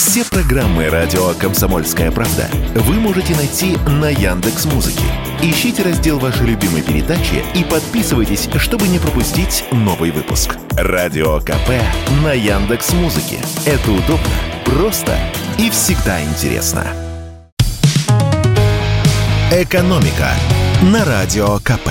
Все программы радио «Комсомольская правда» вы можете найти на Яндекс.Музыке. Ищите раздел вашей любимой передачи и подписывайтесь, чтобы не пропустить новый выпуск. Радио КП на Яндекс.Музыке. Это удобно, просто и всегда интересно. «Экономика» на Радио КП.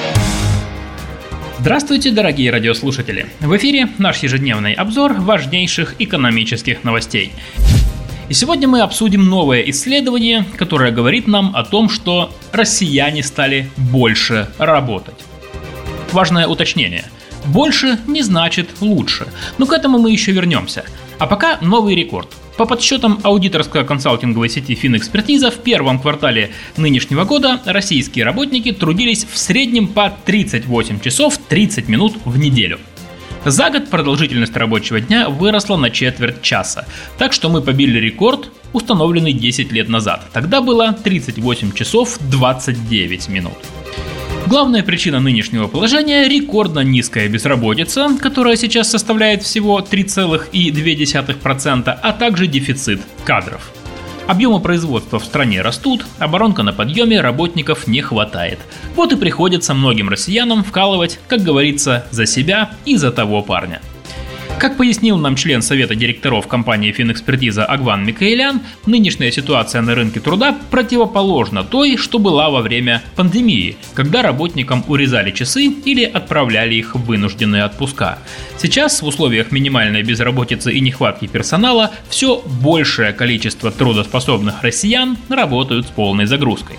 Здравствуйте, дорогие радиослушатели! В эфире наш ежедневный обзор важнейших экономических новостей. И сегодня мы обсудим новое исследование, которое говорит нам о том, что россияне стали больше работать. Важное уточнение. Больше не значит лучше, но к этому мы еще вернемся. А пока новый рекорд. По подсчетам аудиторско-консалтинговой сети Финэкспертиза, в первом квартале нынешнего года российские работники трудились в среднем по 38 часов 30 минут в неделю. За год продолжительность рабочего дня выросла на четверть часа, так что мы побили рекорд, установленный 10 лет назад. Тогда было 38 часов 29 минут. Главная причина нынешнего положения – рекордно низкая безработица, которая сейчас составляет всего 3,2%, а также дефицит кадров. Объемы производства в стране растут, оборонка на подъеме, работников не хватает. Вот и приходится многим россиянам вкалывать, как говорится, за себя и за того парня. Как пояснил нам член совета директоров компании Финэкспертиза Агван Микаэлян, нынешняя ситуация на рынке труда противоположна той, что была во время пандемии, когда работникам урезали часы или отправляли их в вынужденные отпуска. Сейчас, в условиях минимальной безработицы и нехватки персонала, все большее количество трудоспособных россиян работают с полной загрузкой.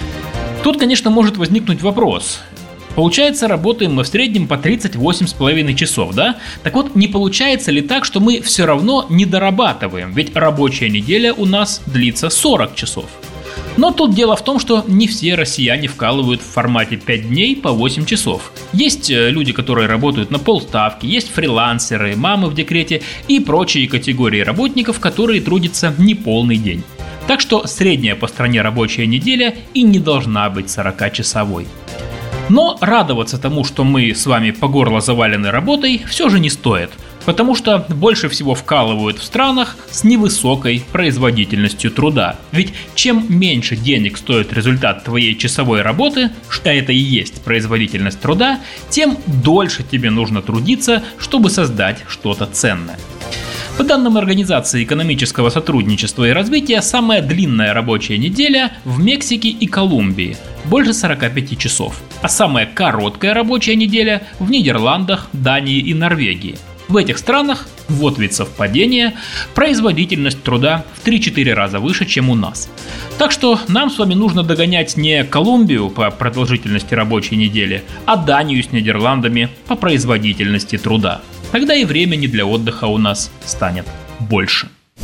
Тут, конечно, может возникнуть вопрос. Получается, работаем мы в среднем по 38,5 часов, да? Так вот, не получается ли так, что мы все равно не дорабатываем, ведь рабочая неделя у нас длится 40 часов? Но тут дело в том, что не все россияне вкалывают в формате 5 дней по 8 часов. Есть люди, которые работают на полставки, есть фрилансеры, мамы в декрете и прочие категории работников, которые трудятся не полный день. Так что средняя по стране рабочая неделя и не должна быть 40-часовой. Но радоваться тому, что мы с вами по горло завалены работой, все же не стоит, потому что больше всего вкалывают в странах с невысокой производительностью труда. Ведь чем меньше денег стоит результат твоей часовой работы, что это и есть производительность труда, тем дольше тебе нужно трудиться, чтобы создать что-то ценное. По данным Организации экономического сотрудничества и развития, самая длинная рабочая неделя в Мексике и Колумбии – больше 45 часов, а самая короткая рабочая неделя в Нидерландах, Дании и Норвегии. В этих странах, вот ведь совпадение, производительность труда в 3-4 раза выше, чем у нас. Так что нам с вами нужно догонять не Колумбию по продолжительности рабочей недели, а Данию с Нидерландами по производительности труда. Тогда и времени для отдыха у нас станет больше.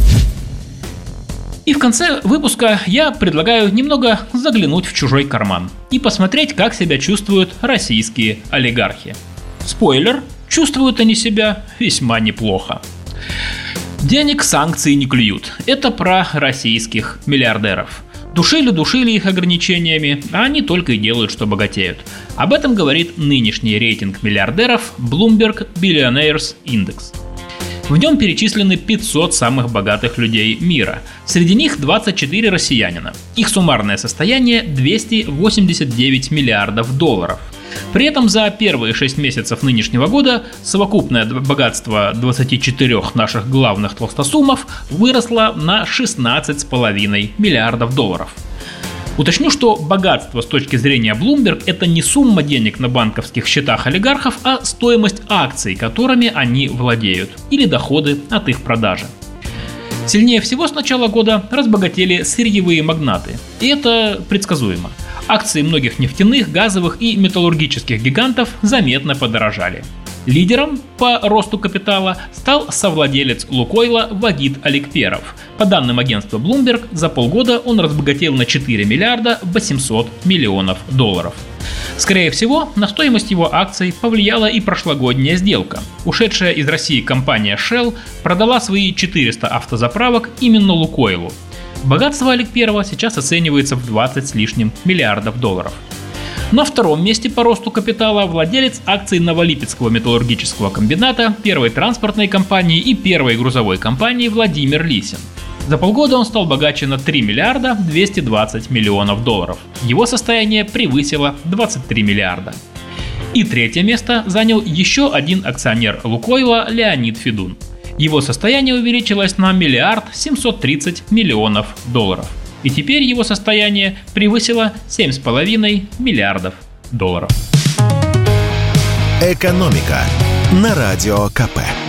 И в конце выпуска я предлагаю немного заглянуть в чужой карман и посмотреть, как себя чувствуют российские олигархи. Спойлер, чувствуют они себя весьма неплохо. Денег санкции не клюют. Это про российских миллиардеров. Душили их ограничениями, а они только и делают, что богатеют. Об этом говорит нынешний рейтинг миллиардеров Bloomberg Billionaires Index. В нем перечислены 500 самых богатых людей мира. Среди них 24 россиянина. Их суммарное состояние 289 миллиардов долларов. При этом за первые 6 месяцев нынешнего года совокупное богатство 24 наших главных толстосумов выросло на 16,5 миллиардов долларов. Уточню, что богатство с точки зрения Bloomberg – это не сумма денег на банковских счетах олигархов, а стоимость акций, которыми они владеют, или доходы от их продажи. Сильнее всего с начала года разбогатели сырьевые магнаты, и это предсказуемо. Акции многих нефтяных, газовых и металлургических гигантов заметно подорожали. Лидером по росту капитала стал совладелец Лукойла Вагит Аликперов. По данным агентства Bloomberg, за полгода он разбогател на 4 миллиарда 800 миллионов долларов. Скорее всего, на стоимость его акций повлияла и прошлогодняя сделка. Ушедшая из России компания Shell продала свои 400 автозаправок именно Лукойлу. Богатство Аликперова сейчас оценивается в 20 с лишним миллиардов долларов. На втором месте по росту капитала владелец акций Новолипецкого металлургического комбината, первой транспортной компании и первой грузовой компании Владимир Лисин. За полгода он стал богаче на 3 миллиарда 220 миллионов долларов. Его состояние превысило 23 миллиарда. И третье место занял еще один акционер Лукойла Леонид Федун. Его состояние увеличилось на 1 730 миллионов долларов. И теперь его состояние превысило 7,5 миллиардов долларов. «Экономика» на Радио КП.